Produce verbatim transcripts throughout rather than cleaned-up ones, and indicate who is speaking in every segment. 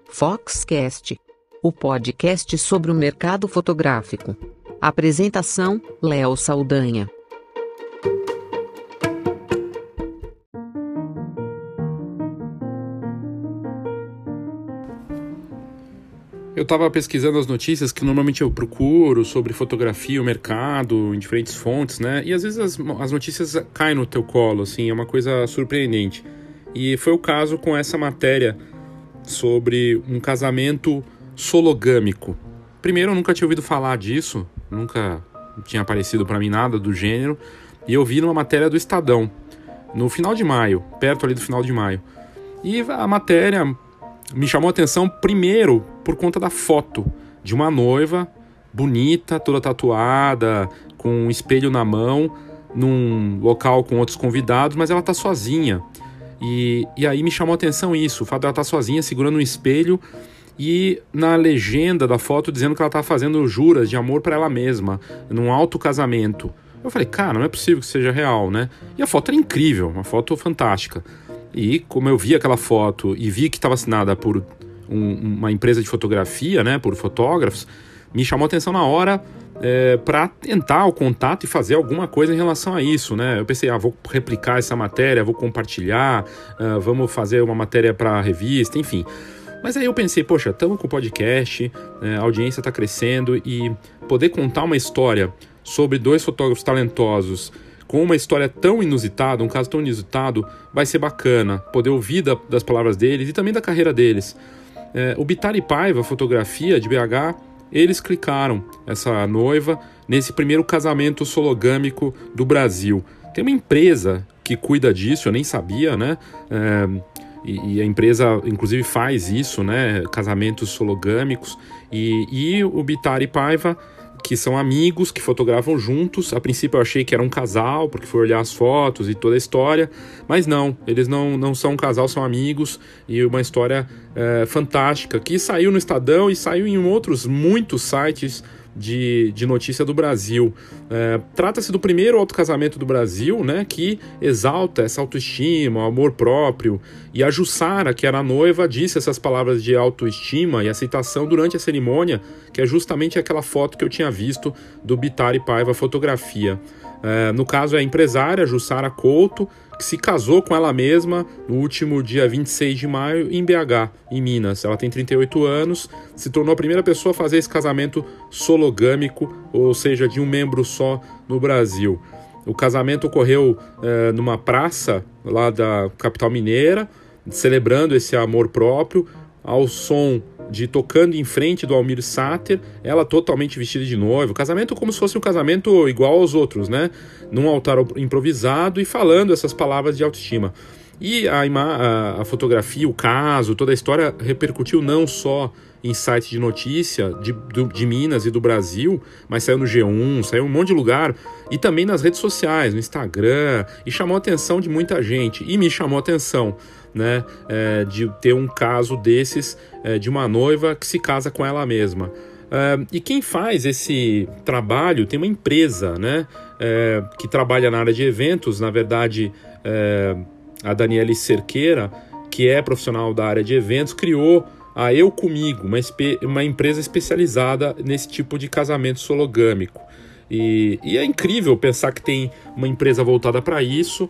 Speaker 1: Foxcast, o podcast sobre o mercado fotográfico. Apresentação: Léo Saldanha.
Speaker 2: Eu estava pesquisando as notícias que normalmente eu procuro sobre fotografia, o mercado, em diferentes fontes, né? E às vezes as, as notícias caem no teu colo, assim, é uma coisa surpreendente. E foi o caso com essa matéria sobre um casamento sologâmico. Primeiro, eu nunca tinha ouvido falar disso, nunca tinha aparecido para mim nada do gênero. E eu vi numa matéria do Estadão, no final de maio, perto ali do final de maio. E a matéria me chamou a atenção primeiro por conta da foto de uma noiva bonita, toda tatuada, com um espelho na mão, num local com outros convidados, mas ela tá sozinha. E, e aí me chamou a atenção isso, o fato dela estar sozinha, segurando um espelho e na legenda da foto dizendo que ela tá fazendo juras de amor para ela mesma, num alto casamento. Eu falei, cara, não é possível que seja real, né? E a foto era incrível, uma foto fantástica. E como eu vi aquela foto e vi que estava assinada por um, uma empresa de fotografia, né, por fotógrafos, me chamou a atenção na hora é, para tentar o contato e fazer alguma coisa em relação a isso, né? Eu pensei, ah, vou replicar essa matéria, vou compartilhar, uh, vamos fazer uma matéria para a revista, enfim. Mas aí eu pensei, poxa, estamos com o podcast, né, a audiência está crescendo e poder contar uma história sobre dois fotógrafos talentosos com uma história tão inusitada, um caso tão inusitado, vai ser bacana poder ouvir da, das palavras deles e também da carreira deles. É, o Bittar e Paiva Fotografia de B H, eles clicaram essa noiva nesse primeiro casamento sologâmico do Brasil. Tem uma empresa que cuida disso, eu nem sabia, né? É, e, e a empresa, inclusive, faz isso, né? Casamentos sologâmicos. E, e o Bittar e Paiva, que são amigos, que fotogravam juntos. A princípio eu achei que era um casal, porque fui olhar as fotos e toda a história, mas não, eles não, não são um casal, são amigos, e uma história é, fantástica, que saiu no Estadão e saiu em outros muitos sites de, de notícia do Brasil. É, trata-se do primeiro autocasamento do Brasil, né, que exalta essa autoestima, o amor próprio, e a Jussara, que era a noiva, disse essas palavras de autoestima e aceitação durante a cerimônia, que é justamente aquela foto que eu tinha visto do Bittar e Paiva Fotografia. É, no caso é a empresária Jussara Couto, que se casou com ela mesma no último dia vinte e seis de maio em B H, em Minas. Ela tem trinta e oito anos, se tornou a primeira pessoa a fazer esse casamento sologâmico, ou seja, de um membro só no Brasil. O casamento ocorreu é, numa praça lá da capital mineira, celebrando esse amor próprio, ao som de Tocando em Frente do Almir Sater, ela totalmente vestida de noiva. O casamento como se fosse um casamento igual aos outros, né? Num altar improvisado e falando essas palavras de autoestima. E a, a, a fotografia, o caso, toda a história repercutiu não só em sites de notícia de, do, de Minas e do Brasil, mas saiu no G um, saiu em um monte de lugar, e também nas redes sociais, no Instagram, e chamou a atenção de muita gente, e me chamou a atenção, né, é, de ter um caso desses, é, de uma noiva que se casa com ela mesma. É, e quem faz esse trabalho tem uma empresa, né, é, que trabalha na área de eventos, na verdade, é, a Daniele Cerqueira, que é profissional da área de eventos, criou a Eu Comigo, uma, uma empresa especializada nesse tipo de casamento sologâmico. E, e é incrível pensar que tem uma empresa voltada para isso.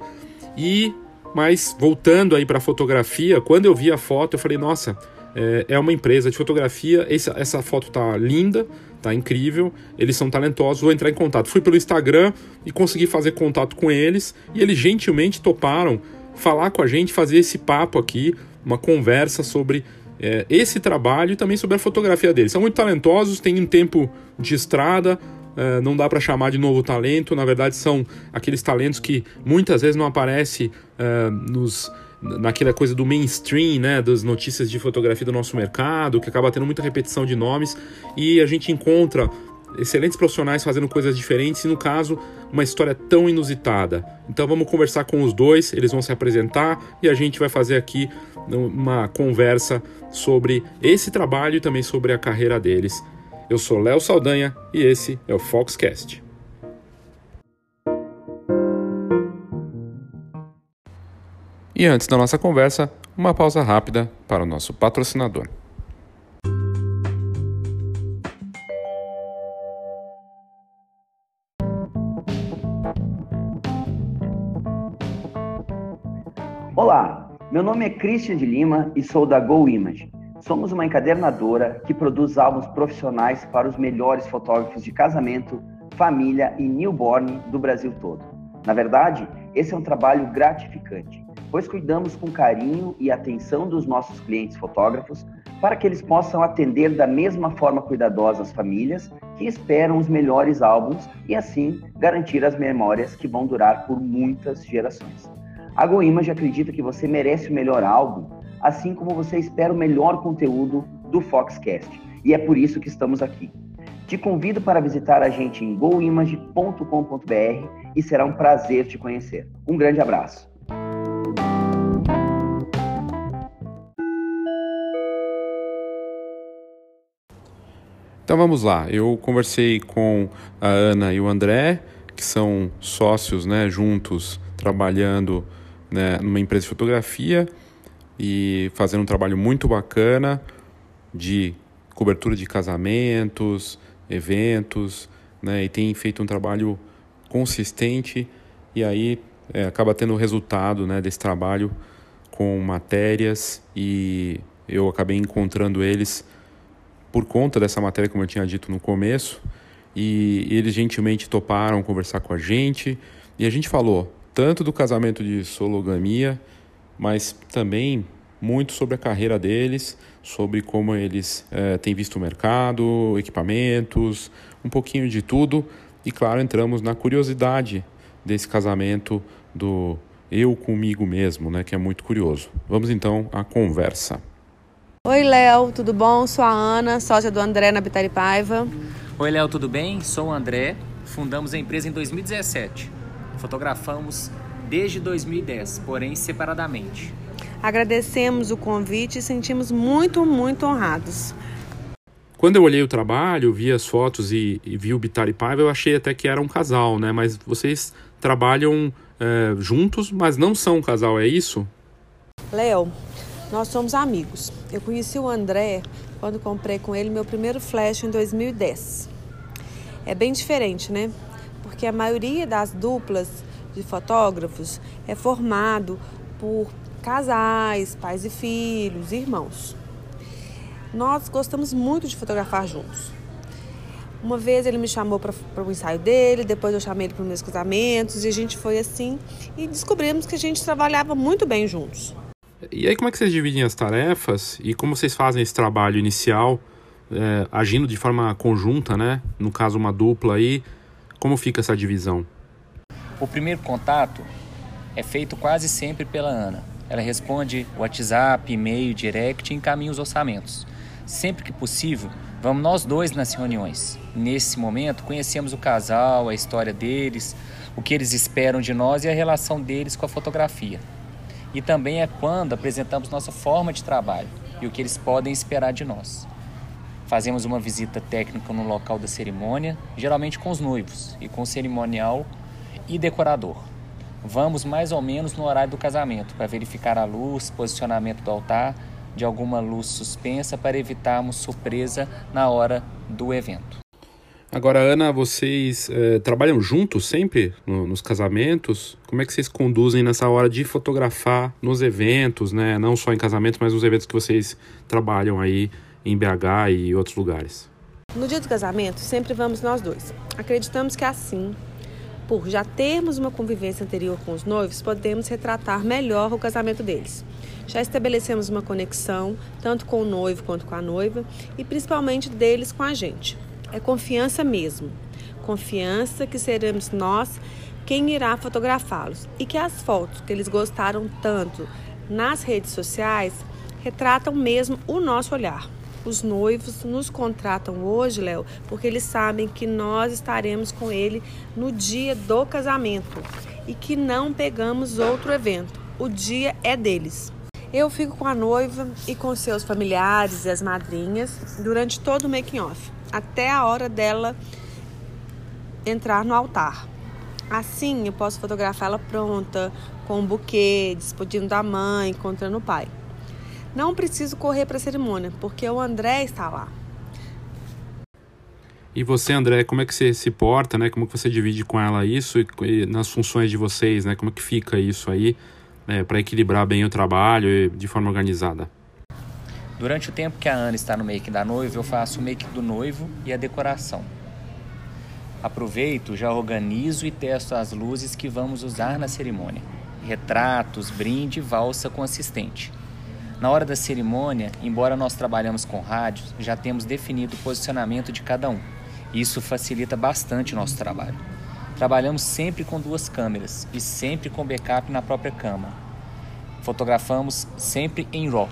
Speaker 2: E, mas voltando aí para a fotografia, quando eu vi a foto, eu falei, nossa, é, é uma empresa de fotografia, essa, essa foto tá linda, tá incrível, eles são talentosos, vou entrar em contato. Fui pelo Instagram e consegui fazer contato com eles, e eles gentilmente toparam falar com a gente, fazer esse papo aqui, uma conversa sobre é, esse trabalho e também sobre a fotografia deles. São muito talentosos, têm um tempo de estrada, é, não dá para chamar de novo talento, na verdade são aqueles talentos que muitas vezes não aparecem é, nos, naquela coisa do mainstream, né, das notícias de fotografia do nosso mercado, que acaba tendo muita repetição de nomes, e a gente encontra excelentes profissionais fazendo coisas diferentes e, no caso, uma história tão inusitada. Então vamos conversar com os dois, eles vão se apresentar e a gente vai fazer aqui uma conversa sobre esse trabalho e também sobre a carreira deles. Eu sou Léo Saldanha e esse é o Foxcast. E antes da nossa conversa, uma pausa rápida para o nosso patrocinador.
Speaker 3: Olá, meu nome é Christian de Lima e sou da Go Image. Somos uma encadernadora que produz álbuns profissionais para os melhores fotógrafos de casamento, família e newborn do Brasil todo. Na verdade, esse é um trabalho gratificante, pois cuidamos com carinho e atenção dos nossos clientes fotógrafos para que eles possam atender da mesma forma cuidadosa as famílias que esperam os melhores álbuns e assim garantir as memórias que vão durar por muitas gerações. A Go Image acredita que você merece o melhor álbum, assim como você espera o melhor conteúdo do Foxcast, e é por isso que estamos aqui. Te convido para visitar a gente em go image ponto com ponto b r e será um prazer te conhecer. Um grande abraço.
Speaker 2: Então vamos lá, eu conversei com a Ana e o André, que são sócios, né, juntos, trabalhando, né, numa empresa de fotografia e fazendo um trabalho muito bacana de cobertura de casamentos, eventos, né, e tem feito um trabalho consistente e aí é, acaba tendo resultado, né, desse trabalho com matérias, e eu acabei encontrando eles por conta dessa matéria, como eu tinha dito no começo, e eles gentilmente toparam conversar com a gente, e a gente falou tanto do casamento de sologamia, mas também muito sobre a carreira deles, sobre como eles é, têm visto o mercado, equipamentos, um pouquinho de tudo. E claro, entramos na curiosidade desse casamento do eu comigo mesmo, né, que é muito curioso. Vamos então à conversa.
Speaker 4: Oi, Léo, tudo bom? Sou a Ana, sócia do André na Bittar e Paiva.
Speaker 5: Oi, Léo, tudo bem? Sou o André, fundamos a empresa em dois mil e dezessete. Fotografamos desde dois mil e dez, porém separadamente.
Speaker 4: Agradecemos o convite e sentimos muito, muito honrados.
Speaker 2: Quando eu olhei o trabalho, vi as fotos e, e vi o Bittar e Paiva, eu achei até que era um casal, né? Mas vocês trabalham é, juntos, mas não são um casal, é isso?
Speaker 4: Léo, nós somos amigos. Eu conheci o André quando comprei com ele meu primeiro flash em dois mil e dez. É bem diferente, né? Porque a maioria das duplas de fotógrafos é formado por casais, pais e filhos, irmãos. Nós gostamos muito de fotografar juntos. Uma vez ele me chamou para o ensaio dele, depois eu chamei ele para os meus casamentos, e a gente foi assim e descobrimos que a gente trabalhava muito bem juntos.
Speaker 2: E aí como é que vocês dividem as tarefas e como vocês fazem esse trabalho inicial, é, agindo de forma conjunta, né? No caso uma dupla aí, como fica essa divisão?
Speaker 5: O primeiro contato é feito quase sempre pela Ana. Ela responde WhatsApp, e-mail, direct e encaminha os orçamentos. Sempre que possível, vamos nós dois nas reuniões. Nesse momento, conhecemos o casal, a história deles, o que eles esperam de nós e a relação deles com a fotografia. E também é quando apresentamos nossa forma de trabalho e o que eles podem esperar de nós. Fazemos uma visita técnica no local da cerimônia, geralmente com os noivos e com o cerimonial e decorador. Vamos mais ou menos no horário do casamento para verificar a luz, posicionamento do altar, de alguma luz suspensa para evitarmos surpresa na hora do evento.
Speaker 2: Agora, Ana, vocês é, trabalham juntos sempre no, nos casamentos? Como é que vocês conduzem nessa hora de fotografar nos eventos, né? Não só em casamentos, mas nos eventos que vocês trabalham aí em B H e outros lugares?
Speaker 4: No dia do casamento, sempre vamos nós dois. Acreditamos que assim, por já termos uma convivência anterior com os noivos, podemos retratar melhor o casamento deles. Já estabelecemos uma conexão, tanto com o noivo quanto com a noiva, e principalmente deles com a gente. É confiança mesmo. Confiança que seremos nós quem irá fotografá-los. E que as fotos que eles gostaram tanto nas redes sociais retratam mesmo o nosso olhar. Os noivos nos contratam hoje, Léo, porque eles sabem que nós estaremos com ele no dia do casamento e que não pegamos outro evento. O dia é deles. Eu fico com a noiva e com seus familiares e as madrinhas durante todo o making-off, até a hora dela entrar no altar. Assim, eu posso fotografar ela pronta, com um buquê, despedindo da mãe, encontrando o pai. Não preciso correr para a cerimônia, porque o André está lá.
Speaker 2: E você, André, como é que você se porta, né? Como que você divide com ela isso e, e nas funções de vocês, né? Como é que fica isso aí? é, para equilibrar bem o trabalho e de forma organizada?
Speaker 5: Durante o tempo que a Ana está no make da noiva, eu faço o make do noivo e a decoração. Aproveito, já organizo e testo as luzes que vamos usar na cerimônia. Retratos, brinde e valsa com assistente. Na hora da cerimônia, embora nós trabalhamos com rádios, já temos definido o posicionamento de cada um. Isso facilita bastante o nosso trabalho. Trabalhamos sempre com duas câmeras e sempre com backup na própria cama. Fotografamos sempre em RAW.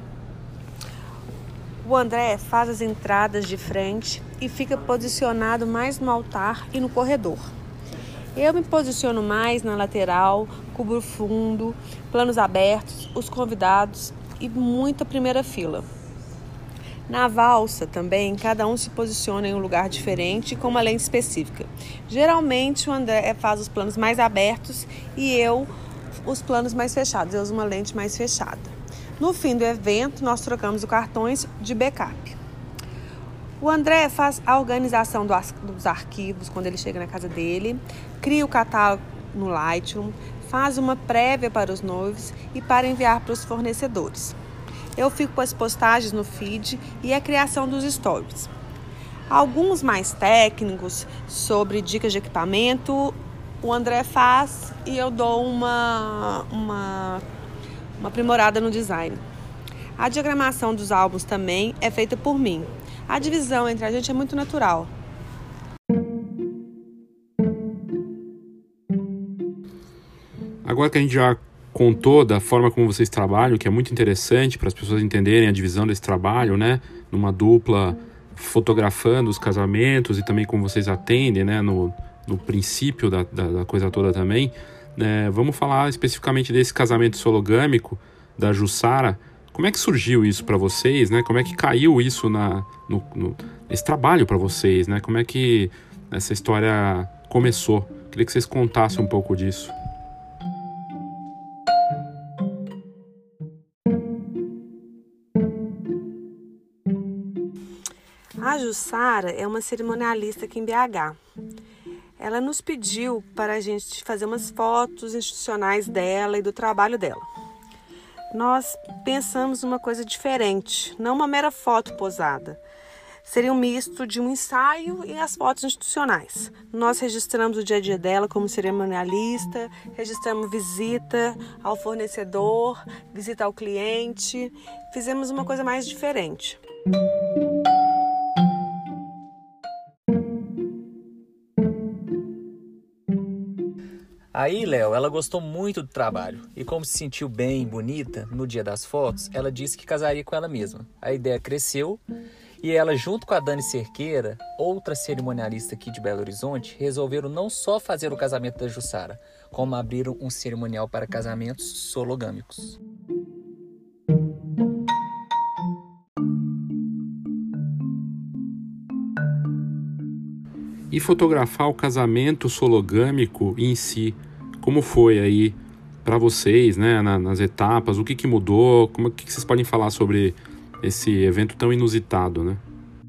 Speaker 4: O André faz as entradas de frente e fica posicionado mais no altar e no corredor. Eu me posiciono mais na lateral, cubro o fundo, planos abertos, os convidados e muita primeira fila. Na valsa também, cada um se posiciona em um lugar diferente com uma lente específica. Geralmente o André faz os planos mais abertos e eu os planos mais fechados. Eu uso uma lente mais fechada. No fim do evento, nós trocamos os cartões de backup. O André faz a organização dos arquivos quando ele chega na casa dele, cria o catálogo no Lightroom, faz uma prévia para os noivos e para enviar para os fornecedores. Eu fico com as postagens no feed e a criação dos stories. Alguns mais técnicos sobre dicas de equipamento, o André faz e eu dou uma, uma, uma aprimorada no design. A diagramação dos álbuns também é feita por mim. A divisão entre a gente é muito natural.
Speaker 2: Agora que a gente já contou da forma como vocês trabalham, que é muito interessante para as pessoas entenderem a divisão desse trabalho, né? Numa dupla fotografando os casamentos e também como vocês atendem, né? No, no princípio da, da, da coisa toda também. É, vamos falar especificamente desse casamento sologâmico da Jussara. Como é que surgiu isso para vocês, né? Como é que caiu isso na, no, no, esse trabalho para vocês, né? Como é que essa história começou? Queria que vocês contassem um pouco disso.
Speaker 4: A Jussara é uma cerimonialista aqui em B H. Ela nos pediu para a gente fazer umas fotos institucionais dela e do trabalho dela. Nós pensamos uma coisa diferente, não uma mera foto posada. Seria um misto de um ensaio e as fotos institucionais. Nós registramos o dia a dia dela como cerimonialista, registramos visita ao fornecedor, visita ao cliente. Fizemos uma coisa mais diferente.
Speaker 5: Aí, Léo, ela gostou muito do trabalho e como se sentiu bem e bonita no dia das fotos, ela disse que casaria com ela mesma. A ideia cresceu e ela, junto com a Dani Cerqueira, outra cerimonialista aqui de Belo Horizonte, resolveram não só fazer o casamento da Jussara, como abriram um cerimonial para casamentos sologâmicos.
Speaker 2: E fotografar o casamento sologâmico em si, como foi aí para vocês, né, na, nas etapas, o que, que mudou, como que, que vocês podem falar sobre esse evento tão inusitado, né?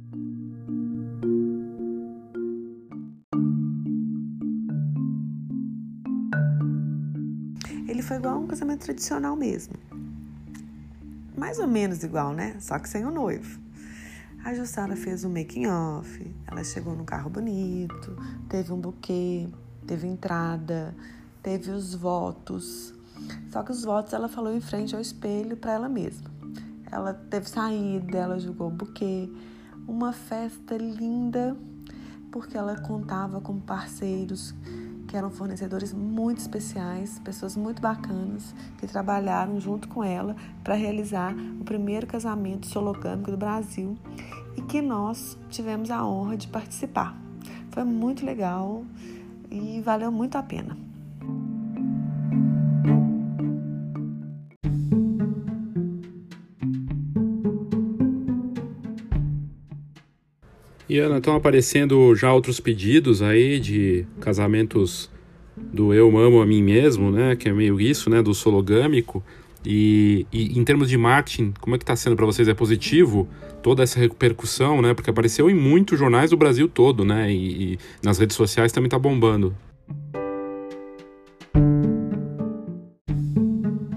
Speaker 4: Ele foi igual a um casamento tradicional mesmo. Mais ou menos igual, né? Só que sem o noivo. A Jussara fez um making off, ela chegou num carro bonito, teve um buquê, teve entrada, teve os votos. Só que os votos ela falou em frente ao espelho para ela mesma. Ela teve saída, ela jogou o buquê. Uma festa linda, porque ela contava com parceiros que eram fornecedores muito especiais, pessoas muito bacanas, que trabalharam junto com ela para realizar o primeiro casamento sologâmico do Brasil e que nós tivemos a honra de participar. Foi muito legal e valeu muito a pena.
Speaker 2: E Ana, estão aparecendo já outros pedidos aí de casamentos do eu amo a mim mesmo, né? Que é meio isso, né? Do sologâmico. E, e em termos de marketing, como é que está sendo para vocês? É positivo toda essa repercussão, né? Porque apareceu em muitos jornais do Brasil todo, né? E, e nas redes sociais também está bombando.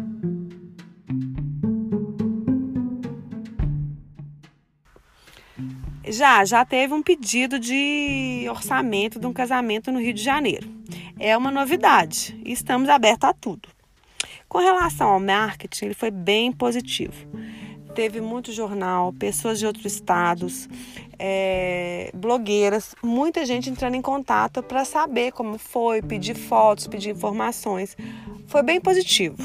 Speaker 4: Já, já teve um pedido de orçamento de um casamento no Rio de Janeiro. É uma novidade e estamos abertos a tudo. Com relação ao marketing, ele foi bem positivo. Teve muito jornal, pessoas de outros estados, é, blogueiras, muita gente entrando em contato para saber como foi, pedir fotos, pedir informações. Foi bem positivo.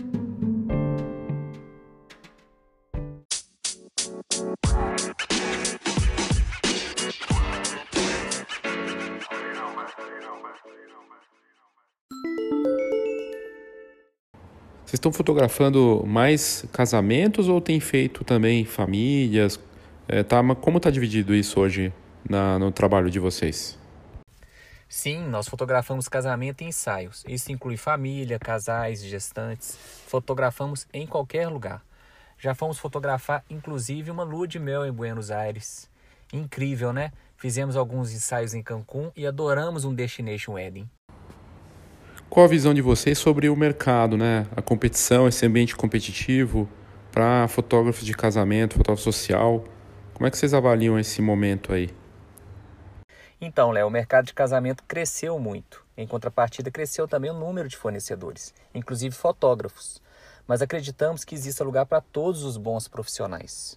Speaker 2: Vocês estão fotografando mais casamentos ou tem feito também famílias? É, tá, como está dividido isso hoje na, no trabalho de vocês?
Speaker 5: Sim, nós fotografamos casamento e ensaios. Isso inclui família, casais, gestantes. Fotografamos em qualquer lugar. Já fomos fotografar, inclusive, uma lua de mel em Buenos Aires. Incrível, né? Fizemos alguns ensaios em Cancún e adoramos um Destination Wedding.
Speaker 2: Qual a visão de vocês sobre o mercado, né? A competição, esse ambiente competitivo para fotógrafos de casamento, fotógrafo social? Como é que vocês avaliam esse momento aí?
Speaker 5: Então, Léo, o mercado de casamento cresceu muito. Em contrapartida, cresceu também o número de fornecedores, inclusive fotógrafos. Mas acreditamos que exista lugar para todos os bons profissionais.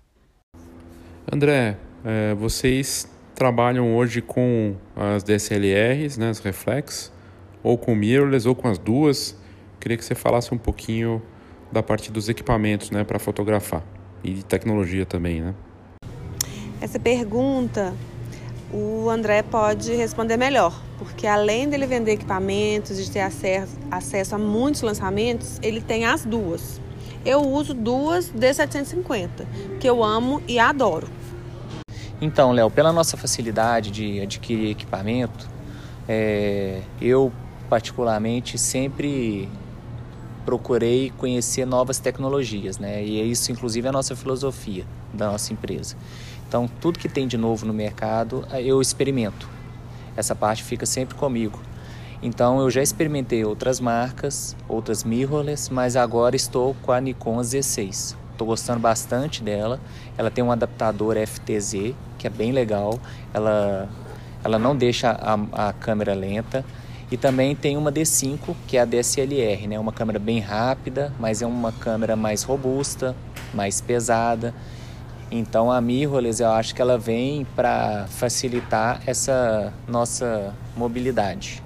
Speaker 2: André, é, vocês trabalham hoje com as D S L Rs, né, as reflex, ou com mirrorless, ou com as duas. Queria que você falasse um pouquinho da parte dos equipamentos, né, para fotografar. E de tecnologia também, né?
Speaker 4: Essa pergunta o André pode responder melhor, porque além dele vender equipamentos, de ter acesso, acesso a muitos lançamentos, ele tem as duas. Eu uso duas D setecentos e cinquenta, que eu amo e adoro.
Speaker 5: Então, Léo, pela nossa facilidade de adquirir equipamento, é, eu particularmente sempre procurei conhecer novas tecnologias, né? E é isso, inclusive, a nossa filosofia da nossa empresa. Então, tudo que tem de novo no mercado, eu experimento. Essa parte fica sempre comigo. Então, eu já experimentei outras marcas, outras mirrorless, mas agora estou com a Nikon Z seis. Estou gostando bastante dela. Ela tem um adaptador F T Z, que é bem legal. Ela, ela não deixa a, a câmera lenta. E também tem uma D cinco, que é a D S L R, né? Uma câmera bem rápida, mas é uma câmera mais robusta, mais pesada. Então a mirrorless, eu acho que ela vem para facilitar essa nossa mobilidade.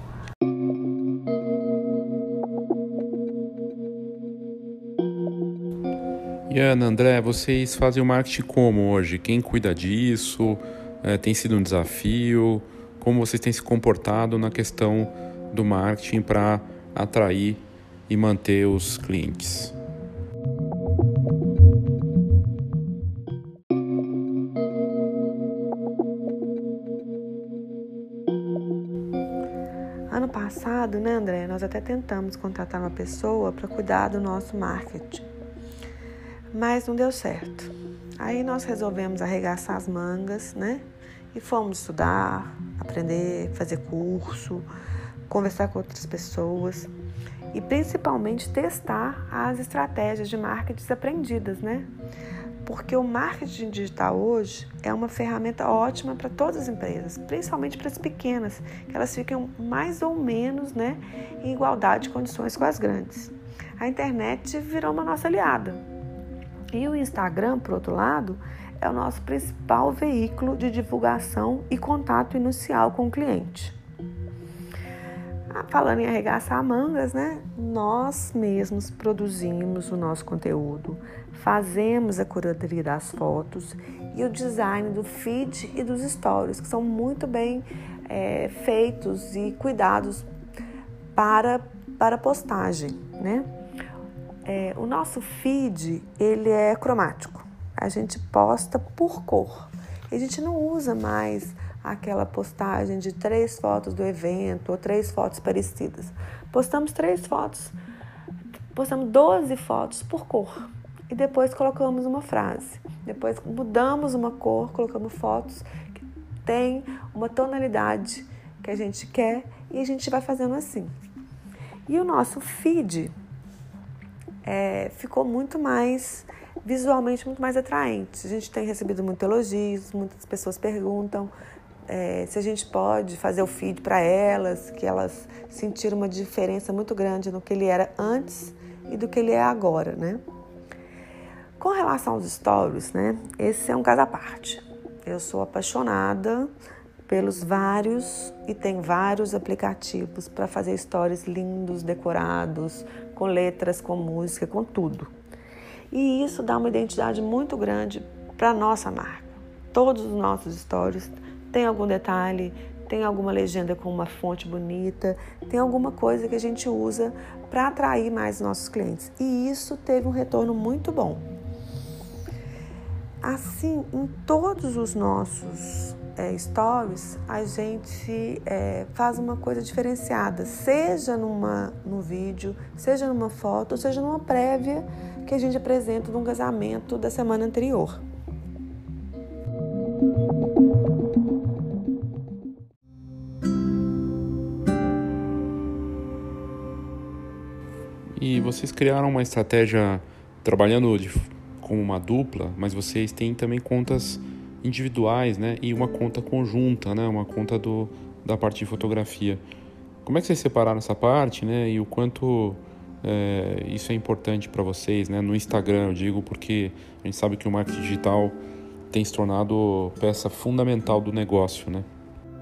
Speaker 2: E Ana, André, vocês fazem o marketing como hoje? Quem cuida disso? É, tem sido um desafio? Como vocês têm se comportado na questão do marketing para atrair e manter os clientes?
Speaker 4: Ano passado, né, André, nós até tentamos contratar uma pessoa para cuidar do nosso marketing, mas não deu certo. Aí nós resolvemos arregaçar as mangas, né, e fomos estudar, aprender, fazer curso, conversar com outras pessoas e principalmente testar as estratégias de marketing aprendidas, né? Porque o marketing digital hoje é uma ferramenta ótima para todas as empresas, principalmente para as pequenas, que elas ficam mais ou menos, né, em igualdade de condições com as grandes. A internet virou uma nossa aliada. E o Instagram, por outro lado, é o nosso principal veículo de divulgação e contato inicial com o cliente. Falando em arregaçar mangas, né? Nós mesmos produzimos o nosso conteúdo, fazemos a curadoria das fotos e o design do feed e dos stories, que são muito bem é, feitos e cuidados para, para postagem, né? É, o nosso feed, ele é cromático. A gente posta por cor. A gente não usa mais aquela postagem de três fotos do evento ou três fotos parecidas. Postamos três fotos, postamos doze fotos por cor e depois colocamos uma frase. Depois mudamos uma cor, colocamos fotos que tem uma tonalidade que a gente quer e a gente vai fazendo assim. E o nosso feed é, ficou muito mais visualmente muito mais atraente. A gente tem recebido muitos elogios, muitas pessoas perguntam é, se a gente pode fazer o feed para elas, que elas sentiram uma diferença muito grande no que ele era antes e do que ele é agora, né? Com relação aos stories, né? Esse é um caso à parte. Eu sou apaixonada pelos vários e tem vários aplicativos para fazer stories lindos, decorados, com letras, com música, com tudo. E isso dá uma identidade muito grande para a nossa marca. Todos os nossos stories têm algum detalhe, tem alguma legenda com uma fonte bonita, tem alguma coisa que a gente usa para atrair mais nossos clientes. E isso teve um retorno muito bom. Assim, em todos os nossos é, stories, a gente é, faz uma coisa diferenciada, seja numa, no vídeo, seja numa foto, ou seja numa prévia que a gente apresenta de um casamento da semana anterior.
Speaker 2: E vocês criaram uma estratégia trabalhando de, como uma dupla, mas vocês têm também contas individuais, né? E uma conta conjunta, né? Uma conta do, da parte de fotografia. Como é que vocês separaram essa parte, né? E o quanto é, isso é importante para vocês, né? No Instagram, eu digo, porque a gente sabe que o marketing digital tem se tornado peça fundamental do negócio, né?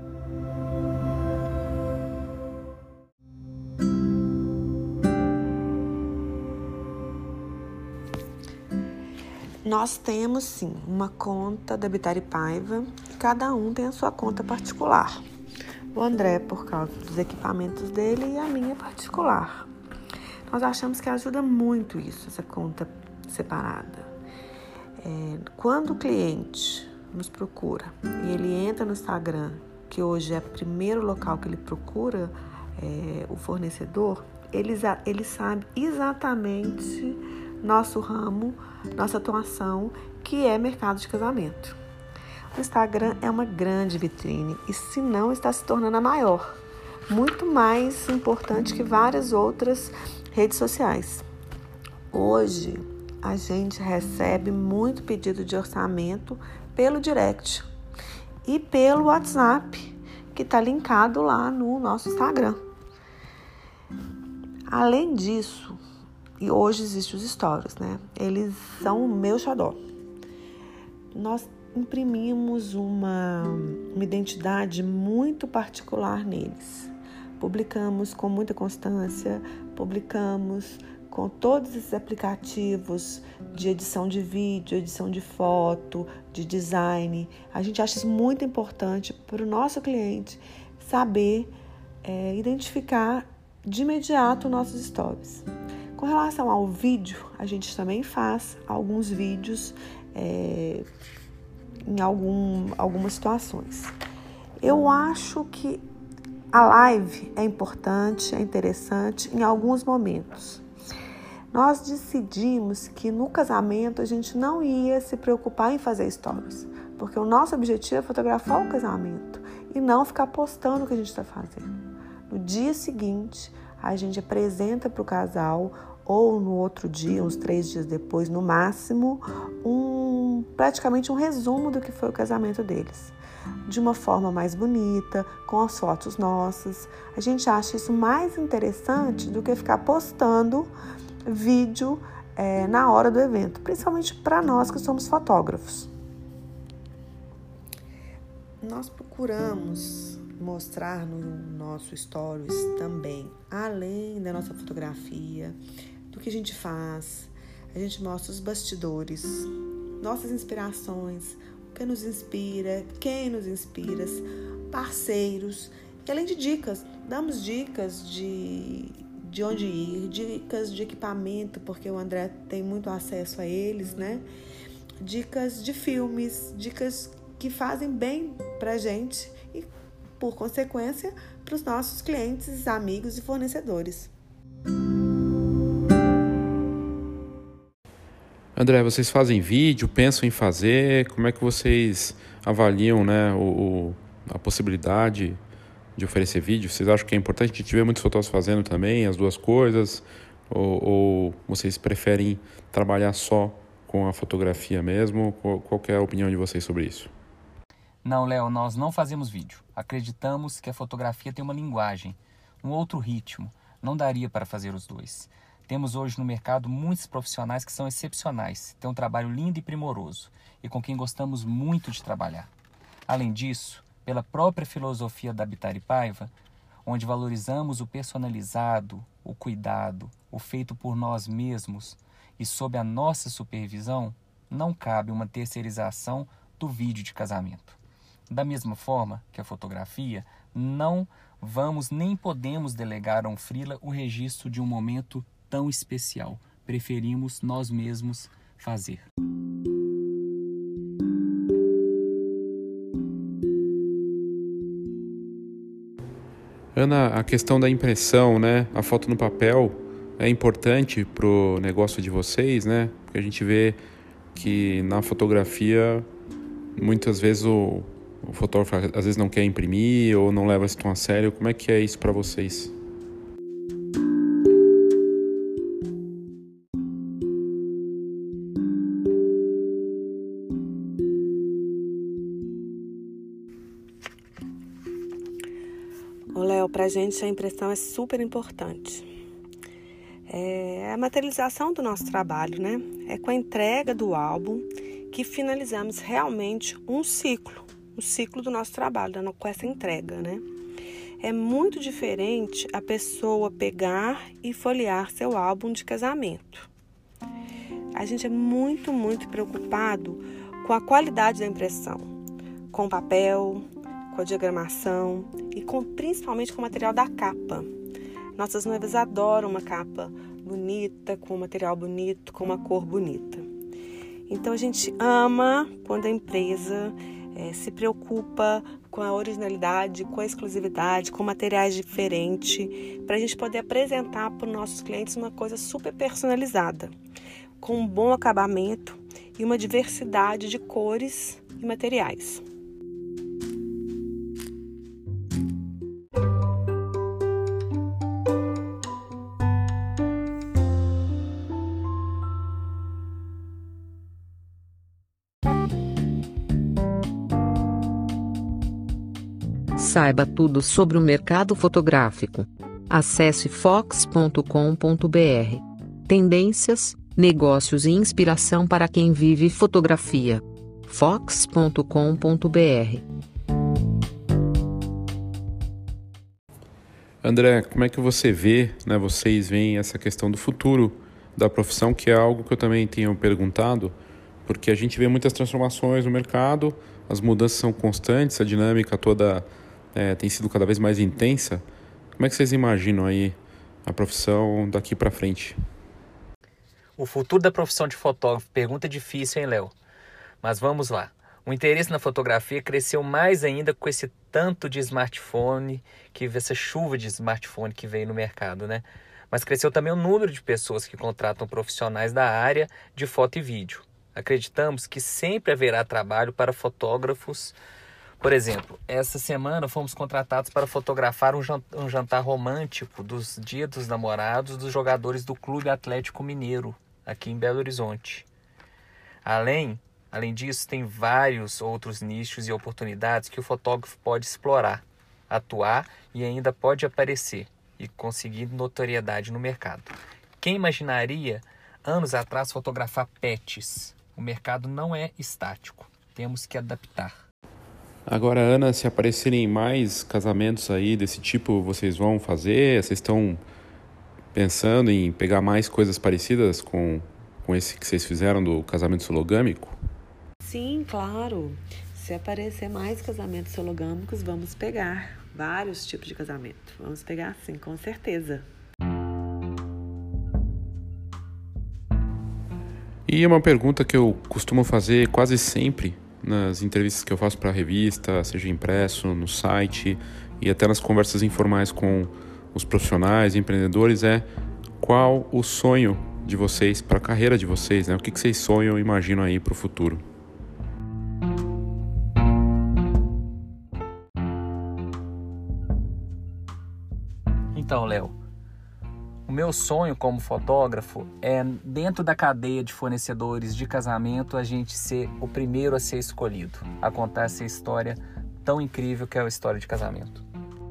Speaker 4: Nós temos, sim, uma conta da Bittar Paiva, cada um tem a sua conta particular. O André, por causa dos equipamentos dele, e a minha particular. Nós achamos que ajuda muito isso, essa conta separada. É, quando o cliente nos procura e ele entra no Instagram, que hoje é o primeiro local que ele procura é, o fornecedor, ele, ele sabe exatamente nosso ramo, nossa atuação, que é mercado de casamento. O Instagram é uma grande vitrine e, se não, está se tornando a maior, muito mais importante que várias outras redes sociais. Hoje, a gente recebe muito pedido de orçamento pelo direct e pelo WhatsApp, que está linkado lá no nosso Instagram. Além disso, e hoje existem os stories, né? Eles são o meu xodó. Nós imprimimos uma, uma identidade muito particular neles. Publicamos com muita constância, publicamos com todos esses aplicativos de edição de vídeo, edição de foto, de design. A gente acha isso muito importante para o nosso cliente saber é, identificar de imediato nossos stories. Com relação ao vídeo, a gente também faz alguns vídeos é, em algum, algumas situações. Eu acho que a live é importante, é interessante em alguns momentos. Nós decidimos que no casamento a gente não ia se preocupar em fazer stories, porque o nosso objetivo é fotografar o casamento e não ficar postando o que a gente está fazendo. No dia seguinte, a gente apresenta para o casal, ou no outro dia, uns três dias depois, no máximo, um, praticamente um resumo do que foi o casamento deles. De uma forma mais bonita, com as fotos nossas. A gente acha isso mais interessante do que ficar postando vídeo é, na hora do evento, principalmente para nós que somos fotógrafos. Nós procuramos mostrar no nosso stories também, além da nossa fotografia, do que a gente faz. A gente mostra os bastidores, nossas inspirações, o que nos inspira, quem nos inspira, parceiros, e além de dicas, damos dicas de, de onde ir, dicas de equipamento, porque o André tem muito acesso a eles, né? Dicas de filmes, dicas que fazem bem pra gente e, por consequência, para os nossos clientes, amigos e fornecedores.
Speaker 2: André, vocês fazem vídeo, pensam em fazer? Como é que vocês avaliam, né, o, o, a possibilidade de oferecer vídeo? Vocês acham que é importante? A gente vê muitos fotógrafos fazendo também as duas coisas? Ou, ou vocês preferem trabalhar só com a fotografia mesmo? Qual, qual que é a opinião de vocês sobre isso?
Speaker 5: Não, Léo, nós não fazemos vídeo. Acreditamos que a fotografia tem uma linguagem, um outro ritmo. Não daria para fazer os dois. Temos hoje no mercado muitos profissionais que são excepcionais, têm um trabalho lindo e primoroso e com quem gostamos muito de trabalhar. Além disso, pela própria filosofia da Bittar Paiva, onde valorizamos o personalizado, o cuidado, o feito por nós mesmos e sob a nossa supervisão, não cabe uma terceirização do vídeo de casamento. Da mesma forma que a fotografia, não vamos nem podemos delegar a um freela o registro de um momento tão especial. Preferimos nós mesmos fazer.
Speaker 2: Ana, a questão da impressão, né? A foto no papel é importante para o negócio de vocês, né? Porque a gente vê que na fotografia, muitas vezes o, o fotógrafo às vezes não quer imprimir ou não leva isso tão a sério. Como é que é isso para vocês?
Speaker 4: Ô, Léo, pra gente a impressão é super importante. É a materialização do nosso trabalho, né? É com a entrega do álbum que finalizamos realmente um ciclo, o ciclo do nosso trabalho, com essa entrega, né? É muito diferente a pessoa pegar e folhear seu álbum de casamento. A gente é muito, muito preocupado com a qualidade da impressão, com o papel, com a diagramação e com, principalmente com o material da capa. Nossas noivas adoram uma capa bonita, com um material bonito, com uma cor bonita. Então a gente ama quando a empresa é, se preocupa com a originalidade, com a exclusividade, com materiais diferentes, para a gente poder apresentar para os nossos clientes uma coisa super personalizada, com um bom acabamento e uma diversidade de cores e materiais.
Speaker 1: Saiba tudo sobre o mercado fotográfico. Acesse fox ponto com ponto br. Tendências, negócios e inspiração para quem vive fotografia. fox ponto com ponto br.
Speaker 2: André, como é que você vê, né, vocês veem essa questão do futuro da profissão, que é algo que eu também tenho perguntado, porque a gente vê muitas transformações no mercado, as mudanças são constantes, a dinâmica toda é, tem sido cada vez mais intensa. Como é que vocês imaginam aí a profissão daqui para frente?
Speaker 5: O futuro da profissão de fotógrafo, pergunta difícil, hein, Léo? Mas vamos lá. O interesse na fotografia cresceu mais ainda com esse tanto de smartphone, que essa chuva de smartphone que veio no mercado, né? Mas cresceu também o número de pessoas que contratam profissionais da área de foto e vídeo. Acreditamos que sempre haverá trabalho para fotógrafos. Por exemplo, essa semana fomos contratados para fotografar um jantar romântico dos Dias dos Namorados dos jogadores do Clube Atlético Mineiro, aqui em Belo Horizonte. Além, além disso, tem vários outros nichos e oportunidades que o fotógrafo pode explorar, atuar e ainda pode aparecer e conseguir notoriedade no mercado. Quem imaginaria, anos atrás, fotografar pets? O mercado não é estático, temos que adaptar.
Speaker 2: Agora, Ana, se aparecerem mais casamentos aí desse tipo, vocês vão fazer? Vocês estão pensando em pegar mais coisas parecidas com, com esse que vocês fizeram do casamento sologâmico?
Speaker 4: Sim, claro. Se aparecer mais casamentos sologâmicos, vamos pegar vários tipos de casamento. Vamos pegar sim, com certeza.
Speaker 2: E uma pergunta que eu costumo fazer quase sempre nas entrevistas que eu faço para a revista, seja impresso, no site e até nas conversas informais com os profissionais, empreendedores, é qual o sonho de vocês para a carreira de vocês, né? O que, que vocês sonham e imaginam aí para o futuro?
Speaker 5: Então, Léo, o meu sonho como fotógrafo é, dentro da cadeia de fornecedores de casamento, a gente ser o primeiro a ser escolhido, a contar essa história tão incrível que é a história de casamento.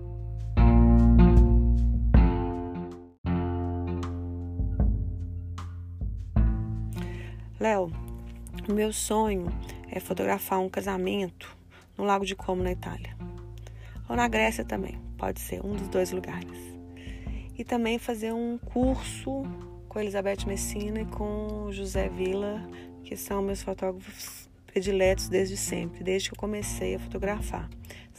Speaker 4: Léo, o meu sonho é fotografar um casamento no Lago de Como, na Itália. Ou na Grécia também, pode ser um dos dois lugares. E também fazer um curso com a Elizabeth Messina e com o José Villa, que são meus fotógrafos prediletos desde sempre, desde que eu comecei a fotografar.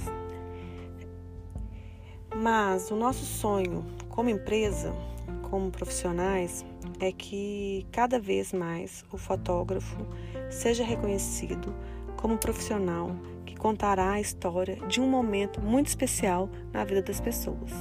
Speaker 4: Mas o nosso sonho como empresa, como profissionais, é que cada vez mais o fotógrafo seja reconhecido como profissional que contará a história de um momento muito especial na vida das pessoas.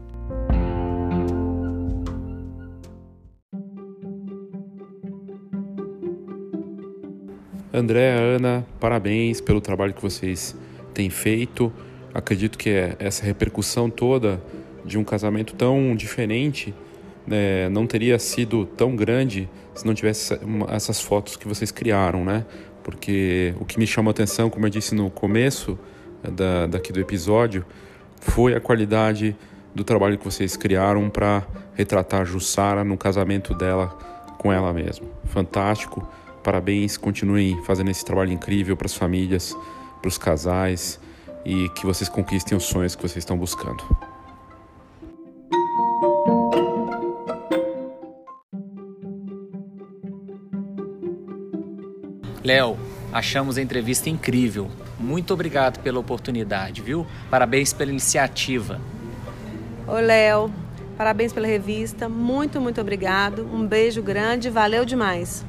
Speaker 2: André, Ana, parabéns pelo trabalho que vocês têm feito. Acredito que essa repercussão toda de um casamento tão diferente É, não teria sido tão grande se não tivesse essas fotos que vocês criaram, né? Porque o que me chamou a atenção, como eu disse no começo da, daqui do episódio, foi a qualidade do trabalho que vocês criaram para retratar a Jussara no casamento dela com ela mesma. Fantástico, parabéns, continuem fazendo esse trabalho incrível para as famílias, para os casais, e que vocês conquistem os sonhos que vocês estão buscando.
Speaker 5: Léo, achamos a entrevista incrível. Muito obrigado pela oportunidade, viu? Parabéns pela iniciativa.
Speaker 4: Oi, Léo. Parabéns pela revista. Muito, muito obrigado. Um beijo grande. Valeu demais.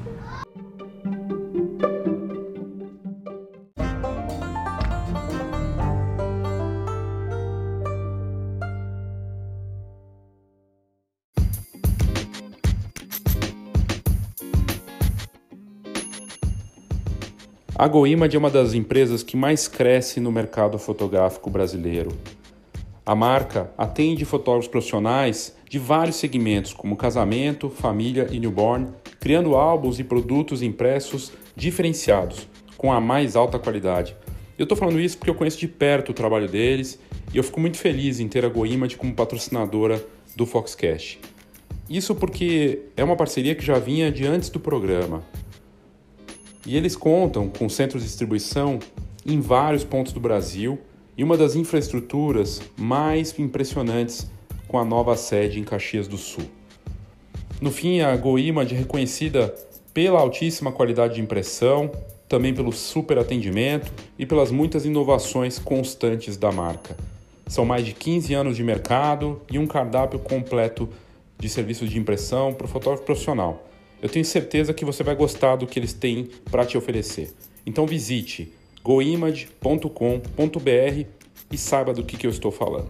Speaker 2: A GoImage é uma das empresas que mais cresce no mercado fotográfico brasileiro. A marca atende fotógrafos profissionais de vários segmentos, como casamento, família e newborn, criando álbuns e produtos impressos diferenciados, com a mais alta qualidade. Eu estou falando isso porque eu conheço de perto o trabalho deles e eu fico muito feliz em ter a GoImage como patrocinadora do Foxcast. Isso porque é uma parceria que já vinha de antes do programa. E eles contam com centros de distribuição em vários pontos do Brasil e uma das infraestruturas mais impressionantes com a nova sede em Caxias do Sul. No fim, a GoImage é reconhecida pela altíssima qualidade de impressão, também pelo super atendimento e pelas muitas inovações constantes da marca. São mais de quinze anos de mercado e um cardápio completo de serviços de impressão para o fotógrafo profissional. Eu tenho certeza que você vai gostar do que eles têm para te oferecer. Então visite goimage ponto com ponto b r e saiba do que, que eu estou falando.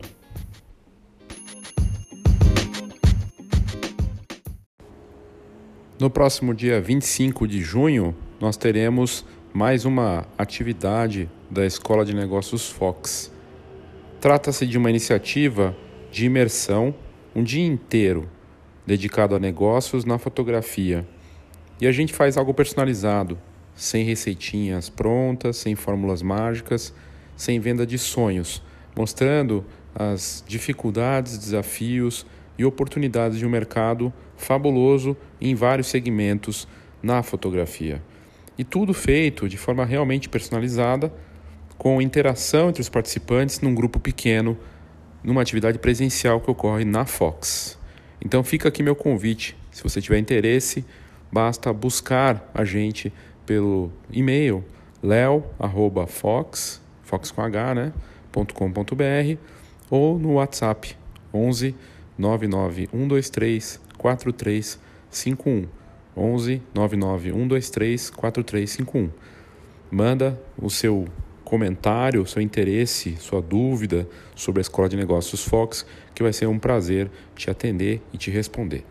Speaker 2: No próximo dia vinte e cinco de junho, nós teremos mais uma atividade da Escola de Negócios Fox. Trata-se de uma iniciativa de imersão, um dia inteiro, dedicado a negócios na fotografia. E a gente faz algo personalizado, sem receitinhas prontas, sem fórmulas mágicas, sem venda de sonhos, mostrando as dificuldades, desafios e oportunidades de um mercado fabuloso em vários segmentos na fotografia. E tudo feito de forma realmente personalizada, com interação entre os participantes num grupo pequeno, numa atividade presencial que ocorre na Fox. Então fica aqui meu convite, se você tiver interesse, basta buscar a gente pelo e-mail leo arroba fox, fox com h, né, ponto com ponto b r ou no WhatsApp onze nove nove um dois três quatro três cinco um, onze nove nove um dois três quatro três cinco um. Manda o seu comentário, seu interesse, sua dúvida sobre a Escola de Negócios Fox, que vai ser um prazer te atender e te responder.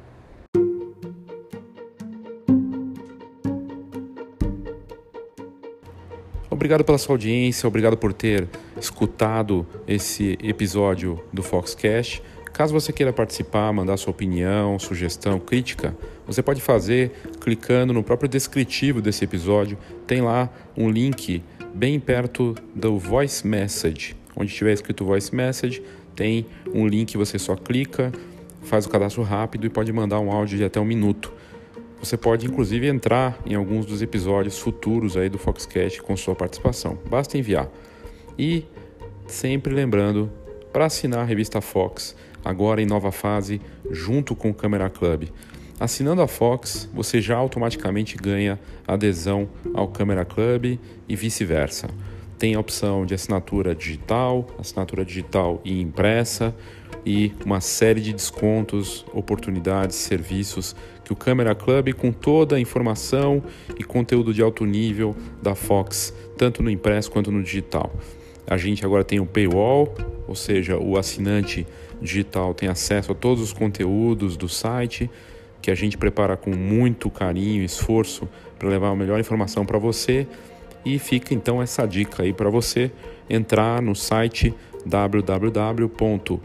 Speaker 2: Obrigado pela sua audiência, obrigado por ter escutado esse episódio do Foxcast. Caso você queira participar, mandar sua opinião, sugestão, crítica, você pode fazer clicando no próprio descritivo desse episódio. Tem lá um link bem perto do Voice Message. Onde tiver escrito Voice Message, tem um link, você só clica, faz o cadastro rápido e pode mandar um áudio de até um minuto. Você pode inclusive entrar em alguns dos episódios futuros aí do Foxcast com sua participação. Basta enviar. E sempre lembrando, para assinar a revista Fox, agora em nova fase, junto com o Camera Club. Assinando a Fox, você já automaticamente ganha adesão ao Camera Club e vice-versa. Tem a opção de assinatura digital, assinatura digital e impressa e uma série de descontos, oportunidades, serviços que o Camera Club, com toda a informação e conteúdo de alto nível da Fox, tanto no impresso quanto no digital. A gente agora tem o paywall, ou seja, o assinante digital tem acesso a todos os conteúdos do site, que a gente prepara com muito carinho e esforço para levar a melhor informação para você. E fica então essa dica aí para você entrar no site w w w ponto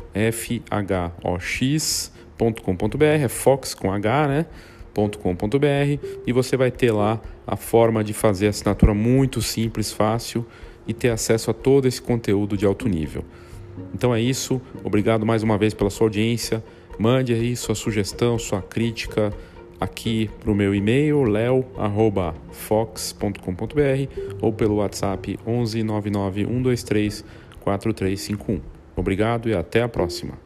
Speaker 2: fox ponto com ponto b r, é Fox com H, né? .com.br, e você vai ter lá a forma de fazer a assinatura muito simples, fácil e ter acesso a todo esse conteúdo de alto nível. Então é isso, obrigado mais uma vez pela sua audiência. Mande aí sua sugestão, sua crítica aqui para o meu e-mail leo arroba fox ponto com ponto b r ou pelo WhatsApp onze nove nove um dois três quatro três cinco um. Obrigado e até a próxima.